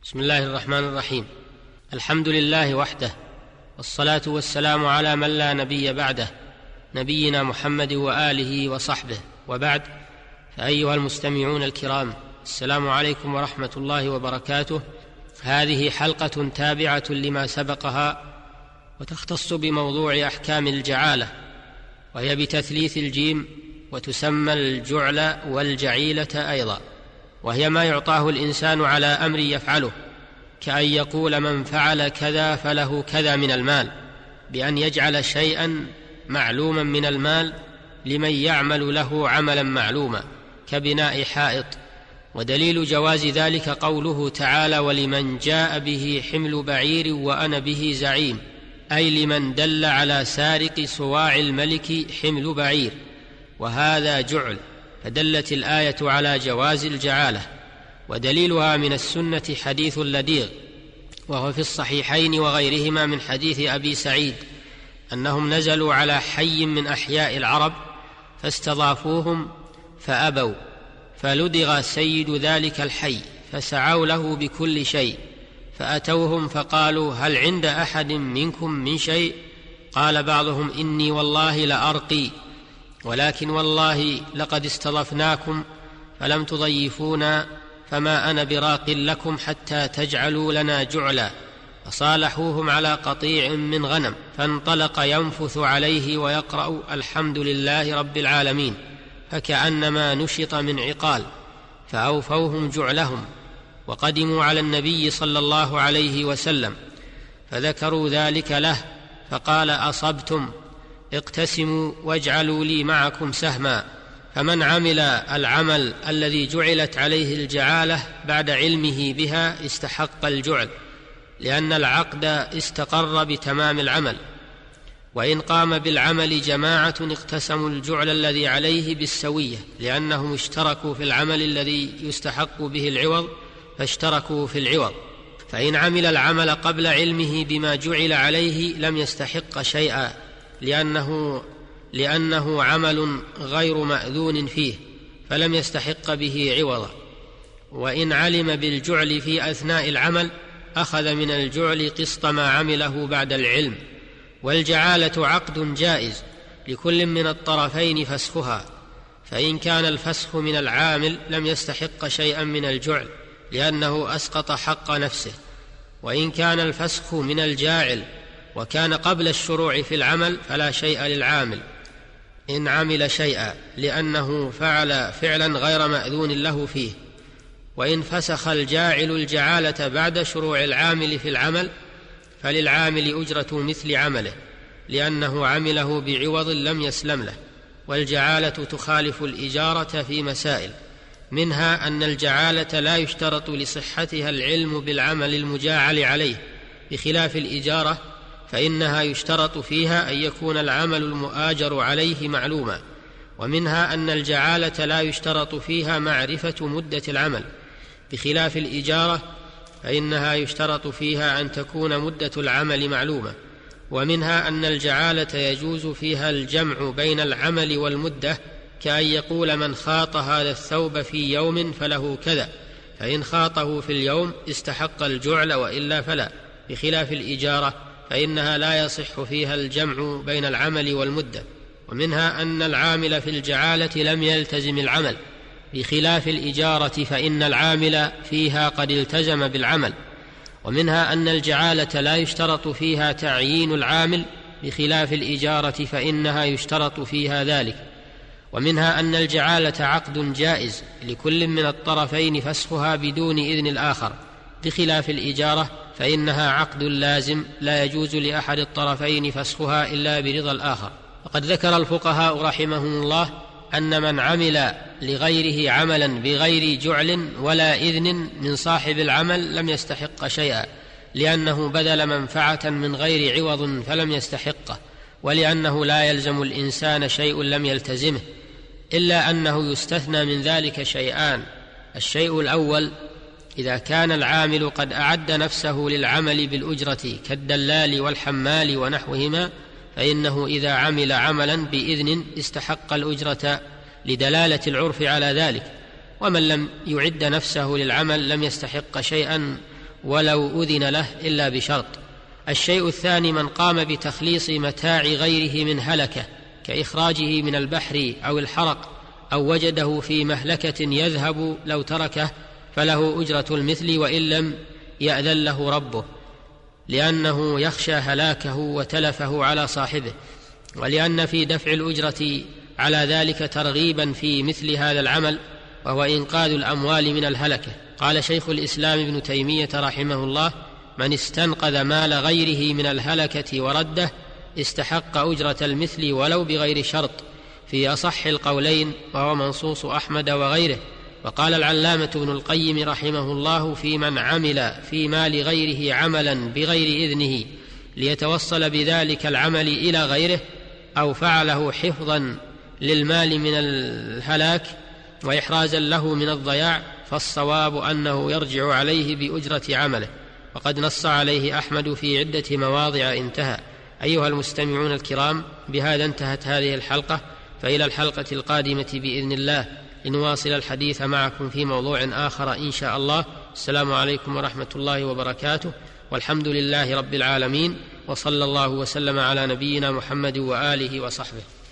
بسم الله الرحمن الرحيم. الحمد لله وحده، والصلاة والسلام على من لا نبي بعده، نبينا محمد وآله وصحبه، وبعد. فأيها المستمعون الكرام، السلام عليكم ورحمة الله وبركاته. هذه حلقة تابعة لما سبقها، وتختص بموضوع أحكام الجعالة، وهي بتثليث الجيم، وتسمى الجعل والجعيلة أيضا، وهي ما يعطاه الإنسان على أمر يفعله، كأن يقول من فعل كذا فله كذا من المال، بأن يجعل شيئا معلوما من المال لمن يعمل له عملا معلوما كبناء حائط. ودليل جواز ذلك قوله تعالى: ولمن جاء به حمل بعير وأنا به زعيم، أي لمن دل على سارق صواع الملك حمل بعير، وهذا جعل، فدلت الآية على جواز الجعالة. ودليلها من السنة حديث اللديغ، وهو في الصحيحين وغيرهما من حديث أبي سعيد أنهم نزلوا على حي من أحياء العرب فاستضافوهم فأبوا، فلدغ سيد ذلك الحي فسعوا له بكل شيء، فأتوهم فقالوا: هل عند أحد منكم من شيء؟ قال بعضهم: إني والله لأرقي، ولكن والله لقد استضفناكم فلم تضيفونا، فما أنا براق لكم حتى تجعلوا لنا جعلا. فصالحوهم على قطيع من غنم، فانطلق ينفث عليه ويقرأ: الحمد لله رب العالمين، فكأنما نشط من عقال، فأوفوهم جعلهم. وقدموا على النبي صلى الله عليه وسلم فذكروا ذلك له، فقال: أصبتم، اقتسموا واجعلوا لي معكم سهما. فمن عمل العمل الذي جعلت عليه الجعالة بعد علمه بها استحق الجعل، لأن العقد استقر بتمام العمل. وإن قام بالعمل جماعة اقتسموا الجعل الذي عليه بالسوية، لأنهم اشتركوا في العمل الذي يستحق به العوض، فاشتركوا في العوض. فإن عمل العمل قبل علمه بما جعل عليه لم يستحق شيئا، لأنه عمل غير مأذون فيه، فلم يستحق به عوضا. وإن علم بالجعل في أثناء العمل أخذ من الجعل قسط ما عمله بعد العلم. والجعالة عقد جائز لكل من الطرفين فسخها، فإن كان الفسخ من العامل لم يستحق شيئا من الجعل، لأنه أسقط حق نفسه. وإن كان الفسخ من الجاعل وكان قبل الشروع في العمل فلا شيء للعامل إن عمل شيئا، لأنه فعل فعلا غير مأذون له فيه. وإن فسخ الجاعل الجعالة بعد شروع العامل في العمل فللعامل أجرة مثل عمله، لأنه عمله بعوض لم يسلم له. والجعالة تخالف الإجارة في مسائل، منها أن الجعالة لا يشترط لصحتها العلم بالعمل المجاعل عليه، بخلاف الإجارة فإنها يشترط فيها أن يكون العمل المؤاجر عليه معلوما. ومنها أن الجعالة لا يشترط فيها معرفة مدة العمل، بخلاف الإجارة فإنها يشترط فيها أن تكون مدة العمل معلومة. ومنها أن الجعالة يجوز فيها الجمع بين العمل والمدة، كأن يقول: من خاط هذا الثوب في يوم فله كذا، فإن خاطه في اليوم استحق الجعل، وإلا فلا، بخلاف الإجارة فإنها لا يصح فيها الجمع بين العمل والمدة. ومنها أن العامل في الجعالة لم يلتزم العمل، بخلاف الإجارة فإن العامل فيها قد التزم بالعمل. ومنها أن الجعالة لا يشترط فيها تعيين العامل، بخلاف الإجارة فإنها يشترط فيها ذلك. ومنها أن الجعالة عقد جائز لكل من الطرفين فسخها بدون إذن الآخر، بخلاف الإجارة فإنها عقد لازم لا يجوز لأحد الطرفين فسخها إلا برضا الآخر. وقد ذكر الفقهاء رحمهم الله أن من عمل لغيره عملا بغير جعل ولا إذن من صاحب العمل لم يستحق شيئا، لأنه بذل منفعة من غير عوض فلم يستحقه، ولأنه لا يلزم الإنسان شيء لم يلتزمه، إلا أنه يستثنى من ذلك شيئان: الشيء الأول إذا كان العامل قد أعد نفسه للعمل بالأجرة كالدلال والحمال ونحوهما، فإنه إذا عمل عملا بإذن استحق الأجرة لدلالة العرف على ذلك. ومن لم يعد نفسه للعمل لم يستحق شيئا، ولو أذن له إلا بشرط. الشيء الثاني من قام بتخليص متاع غيره من هلكة كإخراجه من البحر أو الحرق أو وجده في مهلكة يذهب لو تركه فله أجرة المثل وإن لم يأذن له ربه، لأنه يخشى هلاكه وتلفه على صاحبه، ولأن في دفع الأجرة على ذلك ترغيبا في مثل هذا العمل وهو إنقاذ الأموال من الهلكة. قال شيخ الإسلام ابن تيمية رحمه الله: من استنقذ مال غيره من الهلكة ورده استحق أجرة المثل ولو بغير شرط، في أصح القولين، وهو منصوص أحمد وغيره. وقال العلامة ابن القيم رحمه الله: في من عمل في مال غيره عملا بغير إذنه ليتوصل بذلك العمل إلى غيره، أو فعله حفظا للمال من الهلاك وإحرازا له من الضياع، فالصواب أنه يرجع عليه بأجرة عمله، وقد نص عليه أحمد في عدة مواضع. انتهى. أيها المستمعون الكرام، بهذا انتهت هذه الحلقة، فإلى الحلقة القادمة بإذن الله لنواصل الحديث معكم في موضوع آخر إن شاء الله. السلام عليكم ورحمة الله وبركاته، والحمد لله رب العالمين، وصلى الله وسلم على نبينا محمد وآله وصحبه.